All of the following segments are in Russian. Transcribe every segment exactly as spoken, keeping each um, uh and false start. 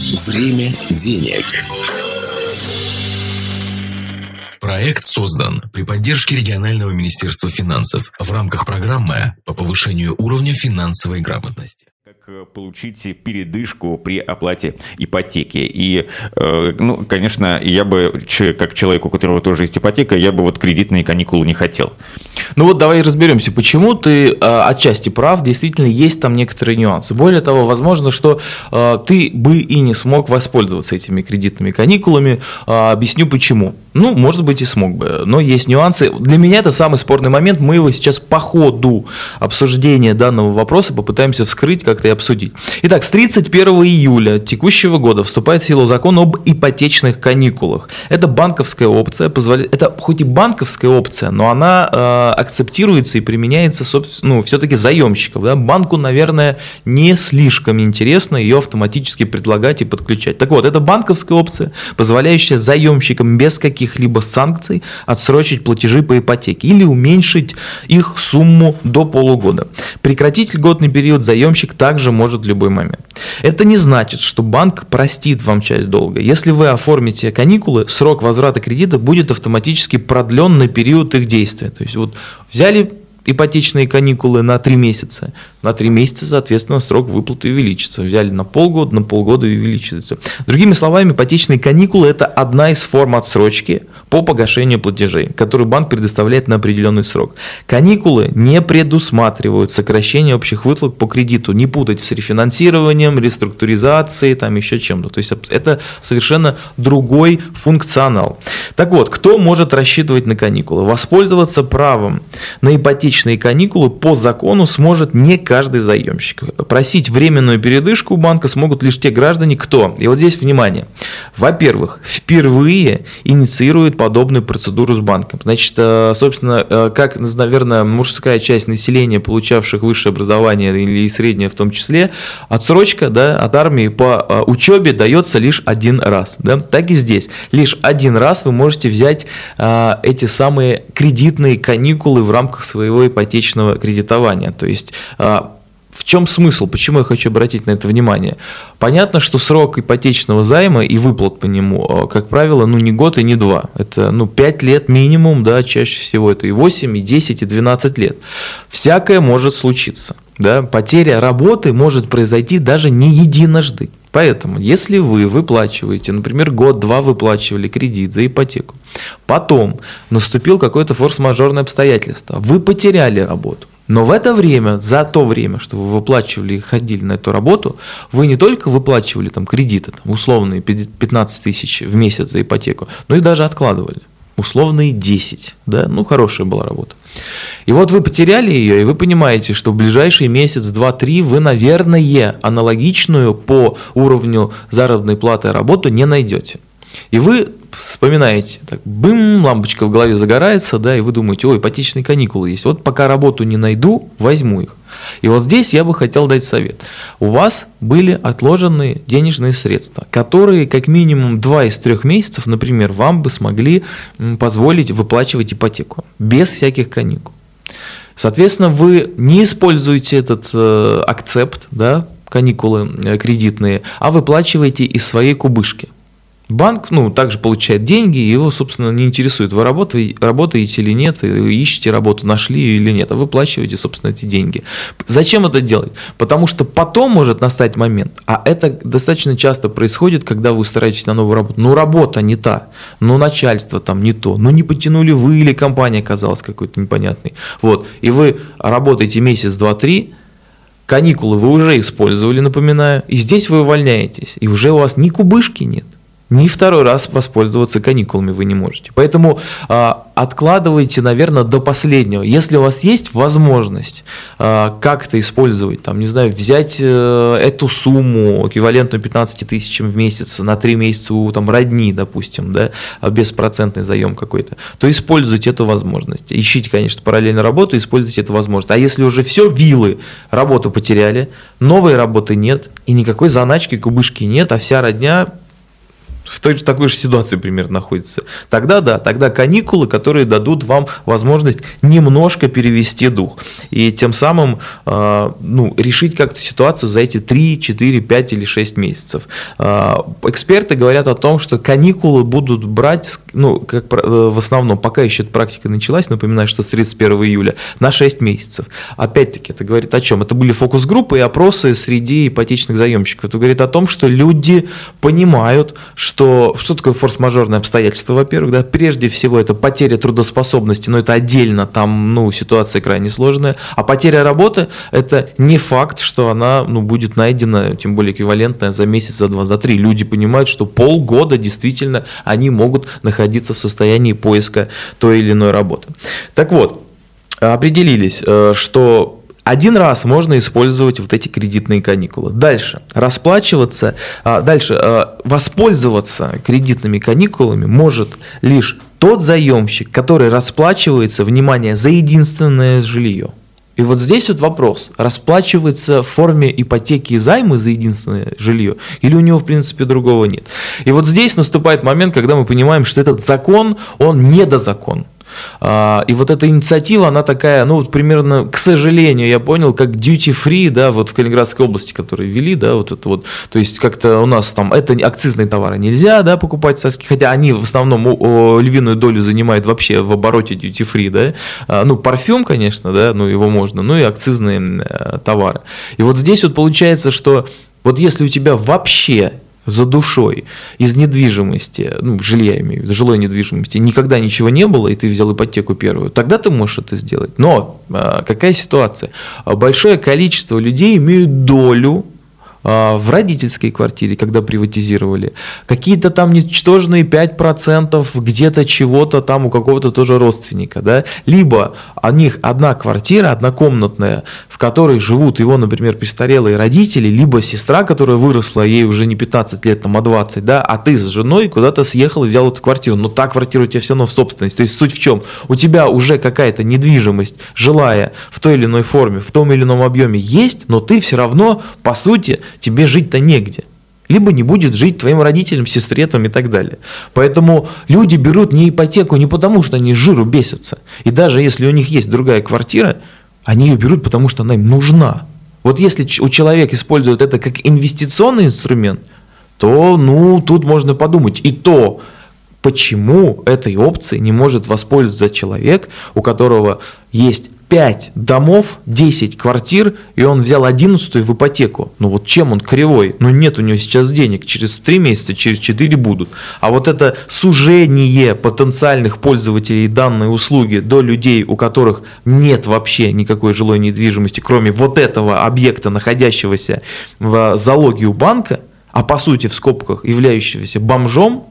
Время денег. Проект создан при поддержке регионального министерства финансов в рамках программы по повышению уровня финансовой грамотности. Как получить передышку при оплате ипотеки. И, э, ну, конечно, я бы, как человек, у которого тоже есть ипотека, я бы вот кредитные каникулы не хотел. Ну вот давай разберемся, почему ты э, отчасти прав, действительно есть там некоторые нюансы. Более того, возможно, что э, ты бы и не смог воспользоваться этими кредитными каникулами. Э, объясню почему. Ну, может быть, и смог бы, но есть нюансы. Для меня это самый спорный момент. Мы его сейчас по ходу обсуждения данного вопроса попытаемся вскрыть, как-то и обсудить. Итак, с тридцать первого июля текущего года вступает в силу закон об ипотечных каникулах. Это банковская опция, позволяет, это хоть и банковская опция, но она э, акцептируется и применяется, ну, все-таки заемщиков. Да? Банку, наверное, не слишком интересно ее автоматически предлагать и подключать. Так вот, это банковская опция, позволяющая заемщикам без каких-либо санкций отсрочить платежи по ипотеке или уменьшить их сумму до полугода. Прекратить льготный период заемщик также может в любой момент. Это не значит, что банк простит вам часть долга. Если вы оформите каникулы, срок возврата кредита будет автоматически продлен на период их действия. То есть вот взяли ипотечные каникулы на три месяца, на три месяца, соответственно, срок выплаты увеличится. Взяли на полгода, на полгода увеличится. Другими словами, ипотечные каникулы – это одна из форм отсрочки по погашению платежей, которую банк предоставляет на определенный срок. Каникулы не предусматривают сокращение общих выплат по кредиту. Не путать с рефинансированием, реструктуризацией, там еще чем-то. То есть это совершенно другой функционал. Так вот, кто может рассчитывать на каникулы? Воспользоваться правом на ипотечные каникулы по закону сможет не каждый заемщик. Просить временную передышку у банка смогут лишь те граждане, кто. И вот здесь внимание. Во-первых, впервые инициирует подобную процедуру с банком. Значит, собственно, как, наверное, мужская часть населения, получавших высшее образование или среднее в том числе, отсрочка, да, от армии по учебе дается лишь один раз. Да? Так и здесь. Лишь один раз вы можете взять а, эти самые кредитные каникулы в рамках своего ипотечного кредитования. То есть а, в чем смысл? Почему я хочу обратить на это внимание? Понятно, что срок ипотечного займа и выплат по нему, как правило, ну не год и не два. Это ну, пять лет минимум, да, чаще всего это и восемь, и десять, и двенадцать лет. Всякое может случиться. Да? Потеря работы может произойти даже не единожды. Поэтому, если вы выплачиваете, например, год-два выплачивали кредит за ипотеку, потом наступил какое-то форс-мажорное обстоятельство, вы потеряли работу, но в это время, за то время, что вы выплачивали и ходили на эту работу, вы не только выплачивали там, кредиты, там, условные пятнадцать тысяч в месяц за ипотеку, но и даже откладывали. Условные десять, да, ну хорошая была работа. И вот вы потеряли ее, и вы понимаете, что в ближайший месяц, два, три вы, наверное, аналогичную по уровню заработной платы работу не найдете. И вы вспоминаете, так, бым, лампочка в голове загорается, да, и вы думаете, ой, ипотечные каникулы есть, вот пока работу не найду, возьму их. И вот здесь я бы хотел дать совет. У вас были отложенные денежные средства, которые как минимум два из трех месяцев, например, вам бы смогли позволить выплачивать ипотеку без всяких каникул. Соответственно, вы не используете этот э, акцепт, да, каникулы э, кредитные, а выплачиваете из своей кубышки. Банк, ну, также получает деньги, и его, собственно, не интересует, вы работаете, работаете или нет, ищете работу, нашли ее или нет, а выплачиваете, собственно, эти деньги. Зачем это делать? Потому что потом может настать момент, а это достаточно часто происходит, когда вы устраиваетесь на новую работу. Ну, работа не та, ну, начальство там не то, ну, не потянули вы или компания оказалась какой-то непонятной. Вот, и вы работаете месяц, два, три, каникулы вы уже использовали, напоминаю, и здесь вы увольняетесь, и уже у вас ни кубышки нет. Ни второй раз воспользоваться каникулами вы не можете. Поэтому э, откладывайте, наверное, до последнего. Если у вас есть возможность э, как-то использовать, там, не знаю, взять э, эту сумму, эквивалентную пятнадцати тысячам в месяц, на три месяца у там, родни, допустим, да, беспроцентный заем какой-то, то используйте эту возможность. Ищите, конечно, параллельно работу, используйте эту возможность. А если уже все, вилы, работу потеряли, новой работы нет, и никакой заначки, кубышки нет, а вся родня в той же такой же ситуации примерно находится. Тогда да, тогда каникулы, которые дадут вам возможность немножко перевести дух. И тем самым э, ну, решить как-то ситуацию за эти три, четыре, пять или шесть месяцев. Э, эксперты говорят о том, что каникулы будут брать, ну, как в основном, пока еще эта практика началась, напоминаю, что с тридцать первого июля, на шесть месяцев. Опять-таки, это говорит о чем? Это были фокус-группы и опросы среди ипотечных заемщиков. Это говорит о том, что люди понимают, что Что, что такое форс-мажорные обстоятельства, во-первых, да, прежде всего это потеря трудоспособности, но это отдельно, там, ну, ситуация крайне сложная, а потеря работы – это не факт, что она, ну, будет найдена, тем более эквивалентная за месяц, за два, за три. Люди понимают, что полгода действительно они могут находиться в состоянии поиска той или иной работы. Так вот, определились, что один раз можно использовать вот эти кредитные каникулы. Дальше расплачиваться, дальше воспользоваться кредитными каникулами может лишь тот заемщик, который расплачивается, внимание, за единственное жилье. И вот здесь вот вопрос, расплачивается в форме ипотеки и займа за единственное жилье, или у него в принципе другого нет. И вот здесь наступает момент, когда мы понимаем, что этот закон, он недозакон. И вот эта инициатива, она такая, ну вот примерно, к сожалению, я понял, как duty free, да, вот в Калининградской области, которые ввели, да, вот это вот, то есть как-то у нас там, это акцизные товары нельзя, да, покупать соски, хотя они в основном о, о, львиную долю занимают вообще в обороте duty free, да, ну парфюм, конечно, да, ну его можно, ну и акцизные э, товары. И вот здесь вот получается, что вот если у тебя вообще за душой из недвижимости, ну, жилья, я имею в виду, жилой недвижимости, никогда ничего не было, и ты взял ипотеку первую, тогда ты можешь это сделать. Но а, какая ситуация? Большое количество людей имеют долю в родительской квартире, когда приватизировали, какие-то там ничтожные пять процентов где-то чего-то там у какого-то тоже родственника, да, либо у них одна квартира, однокомнатная, в которой живут его, например, престарелые родители, либо сестра, которая выросла, ей уже не пятнадцать лет, там, а двадцать, да, а ты с женой куда-то съехал и взял эту квартиру, но та квартира у тебя все равно в собственности, то есть суть в чем? У тебя уже какая-то недвижимость, жилая в той или иной форме, в том или ином объеме есть, но ты все равно, по сути, тебе жить-то негде. Либо не будет жить твоим родителям, сестре там, и так далее. Поэтому люди берут не ипотеку не потому, что они с жиру бесятся. И даже если у них есть другая квартира, они ее берут, потому что она им нужна. Вот если у человека используют это как инвестиционный инструмент, то ну, тут можно подумать. И то, почему этой опцией не может воспользоваться человек, у которого есть пять домов, десять квартир, и он взял одиннадцатую в ипотеку. Ну вот чем он кривой? Ну нет у него сейчас денег, через три месяца, через четыре будут. А вот это сужение потенциальных пользователей данной услуги до людей, у которых нет вообще никакой жилой недвижимости, кроме вот этого объекта, находящегося в залоге у банка, а по сути в скобках являющегося бомжом,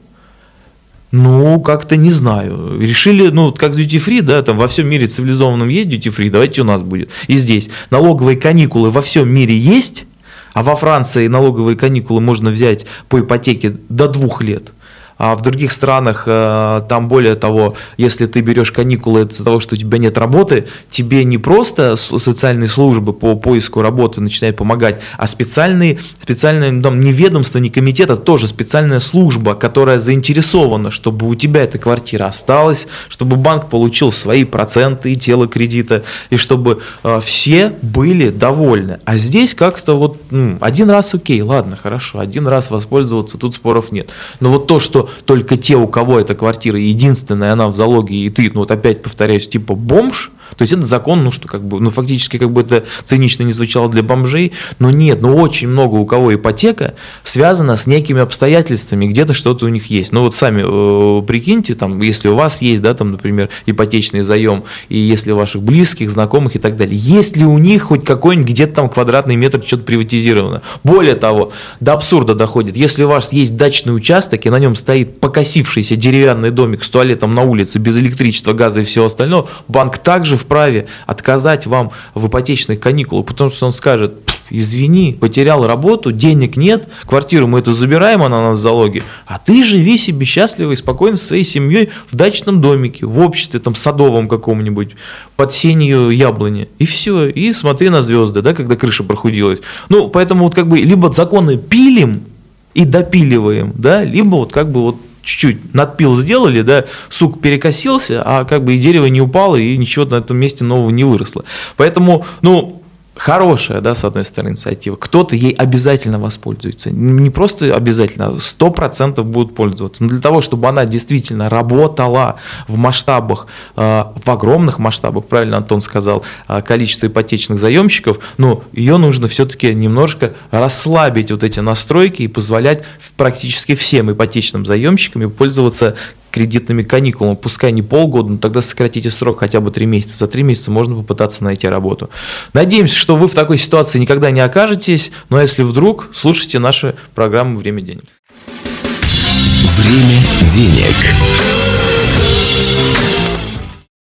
ну, как-то не знаю. Решили, ну, как с duty free, да, там во всем мире цивилизованном есть duty free, давайте у нас будет. И здесь налоговые каникулы во всем мире есть, а во Франции налоговые каникулы можно взять по ипотеке до двух лет. А в других странах, там более того, если ты берешь каникулы из-за того, что у тебя нет работы, тебе не просто социальные службы по поиску работы начинают помогать, а специальные, специальные там, не ведомство, не комитет, а тоже специальная служба, которая заинтересована, чтобы у тебя эта квартира осталась, чтобы банк получил свои проценты и тело кредита, и чтобы э, все были довольны. А здесь как-то вот ну, один раз окей, ладно, хорошо, один раз воспользоваться, тут споров нет. Но вот то, что только те, у кого эта квартира единственная, она в залоге, и ты, ну вот опять повторяюсь, типа бомж, то есть это закон, ну что как бы, ну фактически как бы это цинично не звучало для бомжей, но нет, но очень много у кого ипотека связана с некими обстоятельствами, где-то что-то у них есть. Ну вот сами э, прикиньте, там, если у вас есть, да, там, например, ипотечный заем, и если у ваших близких, знакомых и так далее, есть ли у них хоть какой-нибудь где-то там квадратный метр что-то приватизировано? Более того, до абсурда доходит, если у вас есть дачный участок, и на нем стоит покосившийся деревянный домик с туалетом на улице, без электричества, газа и всего остального, банк также вправе отказать вам в ипотечных каникулах, потому что он скажет: извини, потерял работу, денег нет, квартиру мы эту забираем, она у нас в залоге, а ты живи себе счастливо и спокойно со своей семьей в дачном домике, в обществе там садовом каком-нибудь, под сенью яблони, и все, и смотри на звезды, да, когда крыша прохудилась. Ну, поэтому вот как бы либо законы пилим, и допиливаем, да, либо вот как бы вот чуть-чуть надпил сделали, да, сук перекосился, а как бы и дерево не упало, и ничего на этом месте нового не выросло. Поэтому, ну, хорошая, да, с одной стороны, инициатива. Кто-то ей обязательно воспользуется. Не просто обязательно, а сто процентов будут пользоваться. Но для того, чтобы она действительно работала в масштабах, в огромных масштабах, правильно Антон сказал, количество ипотечных заемщиков, ну, ее нужно все-таки немножко расслабить вот эти настройки и позволять практически всем ипотечным заемщикам пользоваться кредитными каникулами, пускай не полгода, но тогда сократите срок хотя бы три месяца. За три месяца можно попытаться найти работу. Надеемся, что вы в такой ситуации никогда не окажетесь, но если вдруг, слушайте наши программы «Время денег». Время денег.